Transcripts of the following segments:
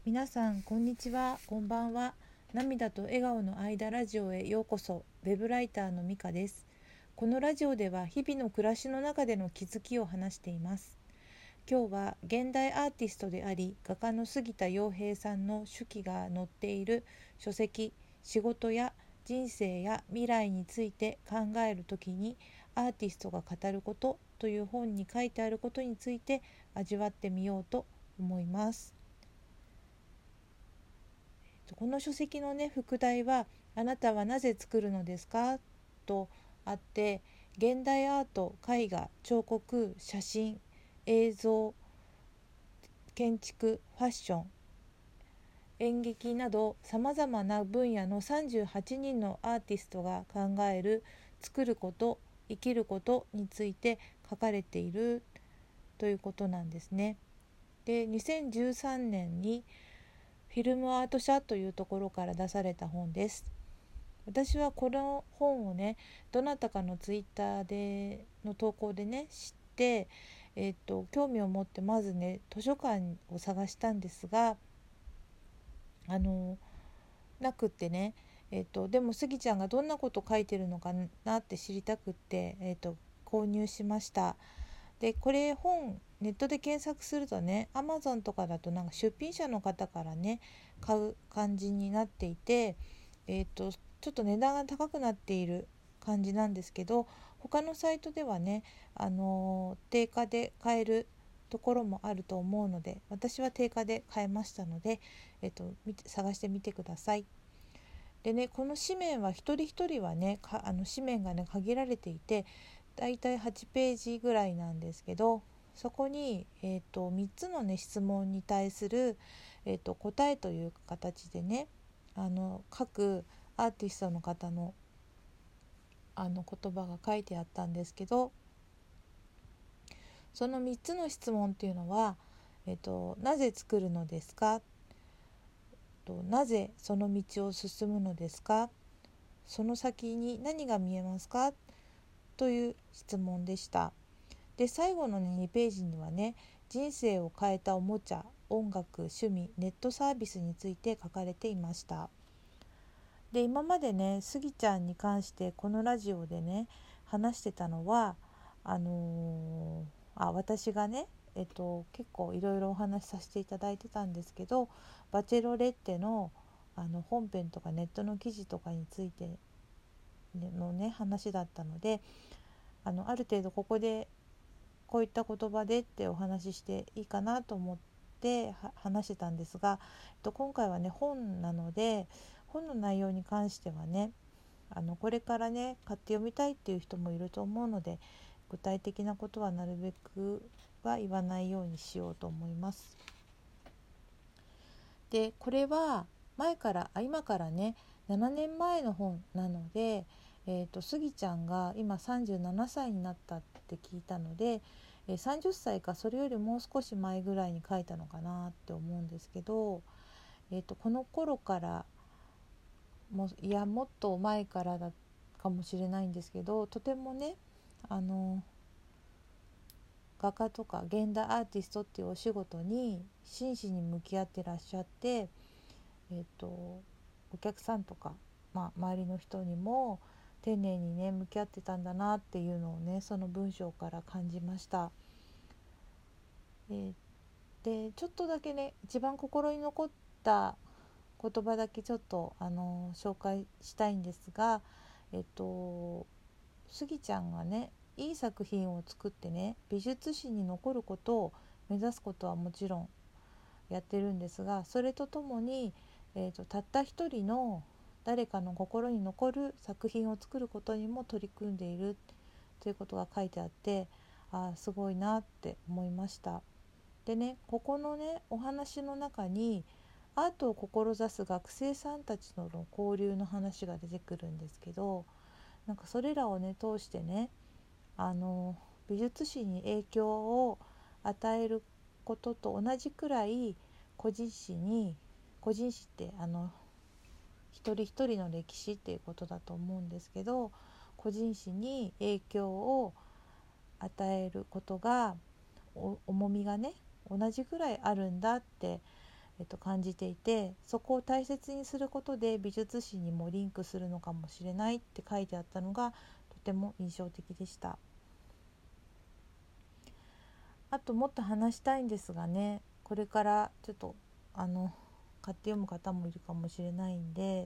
皆さんこんにちは、こんばんは。涙と笑顔の間ラジオへようこそ。ウェブライターのみかです。このラジオでは日々の暮らしの中での気づきを話しています。今日は現代アーティストであり画家の杉田洋平さんの手記が載っている書籍、仕事や人生や未来について考えるときにアーティストが語ることという本に書いてあることについて味わってみようと思います。この書籍のね、副題はあなたはなぜ作るのですかとあって、現代アート、絵画、彫刻、写真、映像、建築、ファッション、演劇などさまざまな分野の38人のアーティストが考える作ること、生きることについて書かれているということなんですね。で、2013年にフィルムアート社というところから出された本です。私はこの本をね、どなたかのツイッターでの投稿でね知って、興味を持ってまずね図書館を探したんですが、なくってね、でもスギちゃんがどんなこと書いてるのかなって知りたくって、購入しました。でこれ本ネットで検索するとね、アマゾンとかだとなんか出品者の方からね買う感じになっていて、ちょっと値段が高くなっている感じなんですけど、他のサイトではね、定価で買えるところもあると思うので、私は定価で買えましたので、探してみてください。でね、この紙面は一人一人はね、紙面がね限られていて、だいたい8ページぐらいなんですけど、そこに、3つのね質問に対する、答えという形でね、各アーティストの方の言葉が書いてあったんですけど、その3つの質問っていうのは、なぜ作るのですか、なぜその道を進むのですか、その先に何が見えますかという質問でした。で、最後の、ね、2ページにはね、人生を変えたおもちゃ、音楽、趣味、ネットサービスについて書かれていました。で、今までね、スギちゃんに関してこのラジオでね話してたのは、私がね、結構いろいろお話しさせていただいてたんですけど、バチェロレッテの本編とかネットの記事とかについてのね話だったので、ある程度ここでこういった言葉でってお話ししていいかなと思って話してたんですが、今回はね本なので、本の内容に関してはね、これからね買って読みたいっていう人もいると思うので、具体的なことはなるべくは言わないようにしようと思います。でこれは今からね7年前の本なので、スギちゃんが今37歳になったって聞いたので、30歳かそれよりもう少し前ぐらいに書いたのかなって思うんですけど、この頃からもっと前からだかもしれないんですけど、とてもね画家とか現代アーティストっていうお仕事に真摯に向き合ってらっしゃって、お客さんとか、周りの人にも丁寧にね向き合ってたんだなっていうのをね、その文章から感じました。でちょっとだけね、一番心に残った言葉だけちょっと紹介したいんですが、スギちゃんがねいい作品を作ってね美術史に残ることを目指すことはもちろんやってるんですが、それとともに、たった一人の誰かの心に残る作品を作ることにも取り組んでいるということが書いてあって、すごいなって思いました。でね、ここのねお話の中にアートを志す学生さんたちとの交流の話が出てくるんですけど、なんかそれらをね通してね、美術史に影響を与えることと同じくらい、個人史って一人一人の歴史っていうことだと思うんですけど、個人史に影響を与えることが重みがね同じくらいあるんだって、 感じていて、そこを大切にすることで美術史にもリンクするのかもしれないって書いてあったのがとても印象的でした。あともっと話したいんですがね、これからちょっと買って読む方もいるかもしれないんで、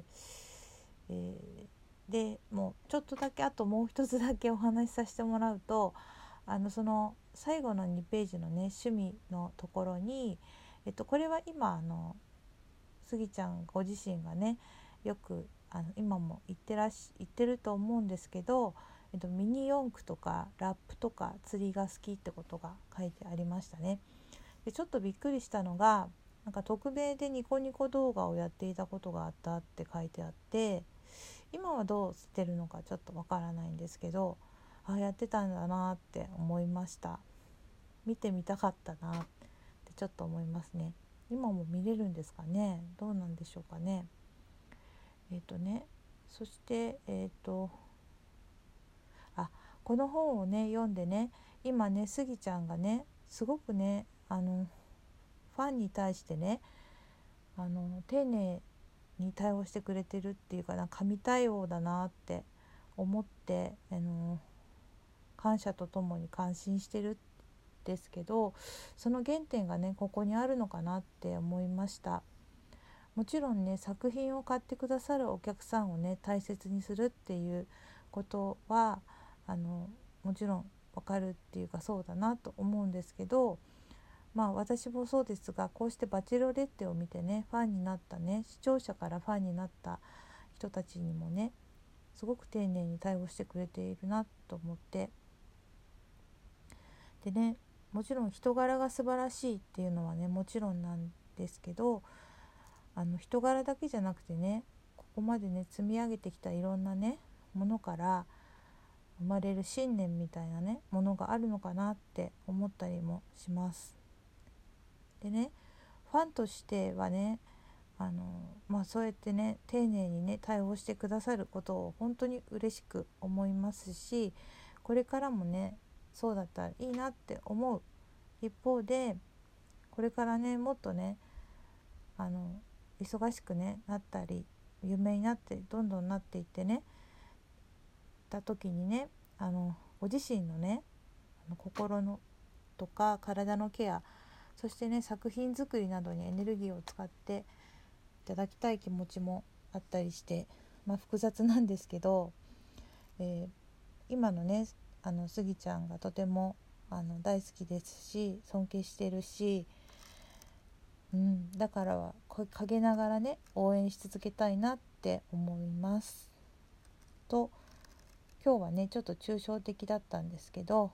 でもうちょっとだけもう一つだけお話しさせてもらうと、その最後の2ページのね趣味のところに、これは今スギちゃんご自身がねよく今も言ってると思うんですけど、ミニ四駆とかラップとか釣りが好きってことが書いてありましたね。でちょっとびっくりしたのが、なんか匿名でニコニコ動画をやっていたことがあったって書いてあって、今はどうしてるのかちょっとわからないんですけど、やってたんだなって思いました。見てみたかったなってちょっと思いますね。今も見れるんですかね、どうなんでしょうかね。そしてこの本をね読んでね、今ねスギちゃんがねすごくねファンに対してね丁寧に対応してくれてるっていうかな、神対応だなって思って、感謝とともに感心してるんですけど、その原点がねここにあるのかなって思いました。もちろんね作品を買ってくださるお客さんをね大切にするっていうことはもちろんわかるっていうかそうだなと思うんですけど、私もそうですが、こうしてバチェロレッテを見てねファンになったね、視聴者からファンになった人たちにもねすごく丁寧に対応してくれているなと思って、でねもちろん人柄が素晴らしいっていうのはねもちろんなんですけど、人柄だけじゃなくてね、ここまでね積み上げてきたいろんなねものから生まれる信念みたいなねものがあるのかなって思ったりもします。でねファンとしてはねそうやってね丁寧にね対応してくださることを本当に嬉しく思いますし、これからもねそうだったらいいなって思う一方で、これからねもっとね忙しくねなったり有名になってどんどんなっていってねた時にねご自身のね心のとか体のケア、そしてね作品作りなどにエネルギーを使っていただきたい気持ちもあったりして、複雑なんですけど、今のねスギちゃんがとても大好きですし尊敬してるし、だからは陰ながらね応援し続けたいなって思いますと、今日はねちょっと抽象的だったんですけど、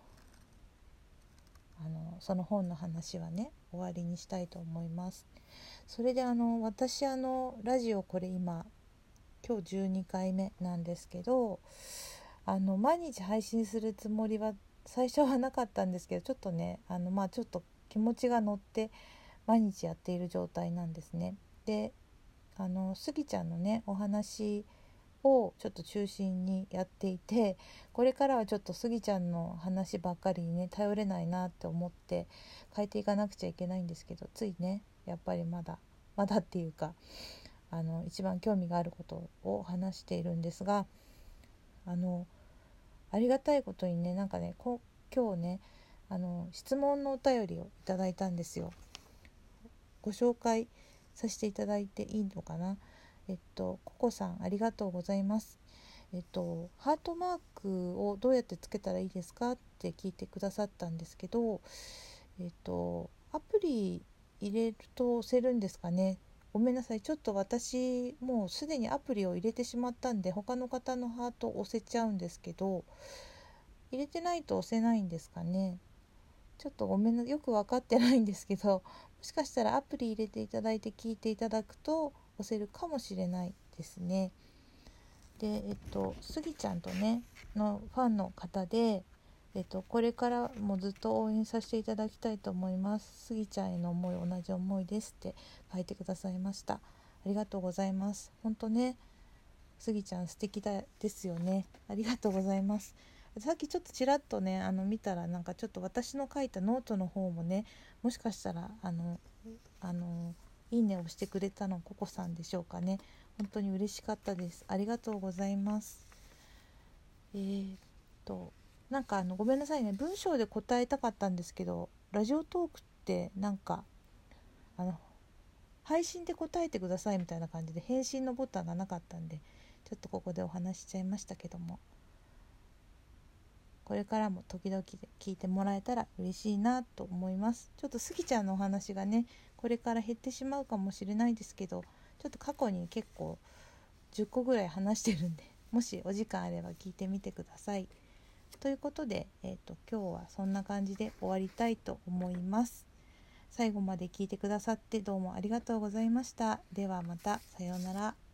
その本の話はね終わりにしたいと思います。それで私ラジオこれ今日12回目なんですけど、毎日配信するつもりは最初はなかったんですけど、ちょっとねちょっと気持ちが乗って毎日やっている状態なんですね。でスギちゃんのねお話をちょっと中心にやっていて、これからはちょっとスギちゃんの話ばっかりにね頼れないなって思って変えていかなくちゃいけないんですけど、ついねやっぱりまだっていうか一番興味があることを話しているんですが、ありがたいことにね今日ね質問のお便りをいただいたんですよ。ご紹介させていただいていいのかな。ココさんありがとうございます。ハートマークをどうやってつけたらいいですかって聞いてくださったんですけど、アプリ入れると押せるんですかね。ごめんなさい、ちょっと私もうすでにアプリを入れてしまったんで他の方のハートを押せちゃうんですけど、入れてないと押せないんですかね。ちょっとごめんな、よく分かってないんですけど、もしかしたらアプリ入れていただいて聞いていただくと押せるかもしれないですね。でスギちゃんとねのファンの方で、これからもずっと応援させていただきたいと思います。スギちゃんへの思い同じ思いですって書いてくださいました。ありがとうございます。本当ねスギちゃん素敵ですよね。ありがとうございます。さっきちょっとちらっとね見たらちょっと私の書いたノートの方もねもしかしたらいいねを押してくれたのココさんでしょうかね。本当に嬉しかったです。ありがとうございます。なんかごめんなさいね、文章で答えたかったんですけど、ラジオトークってなんか配信で答えてくださいみたいな感じで返信のボタンがなかったんで、ちょっとここでお話しちゃいましたけども、これからも時々で聞いてもらえたら嬉しいなと思います。ちょっとスギちゃんのお話がね、これから減ってしまうかもしれないですけど、ちょっと過去に結構10個ぐらい話してるんで、もしお時間あれば聞いてみてください。ということで、今日はそんな感じで終わりたいと思います。最後まで聞いてくださってどうもありがとうございました。ではまた、さようなら。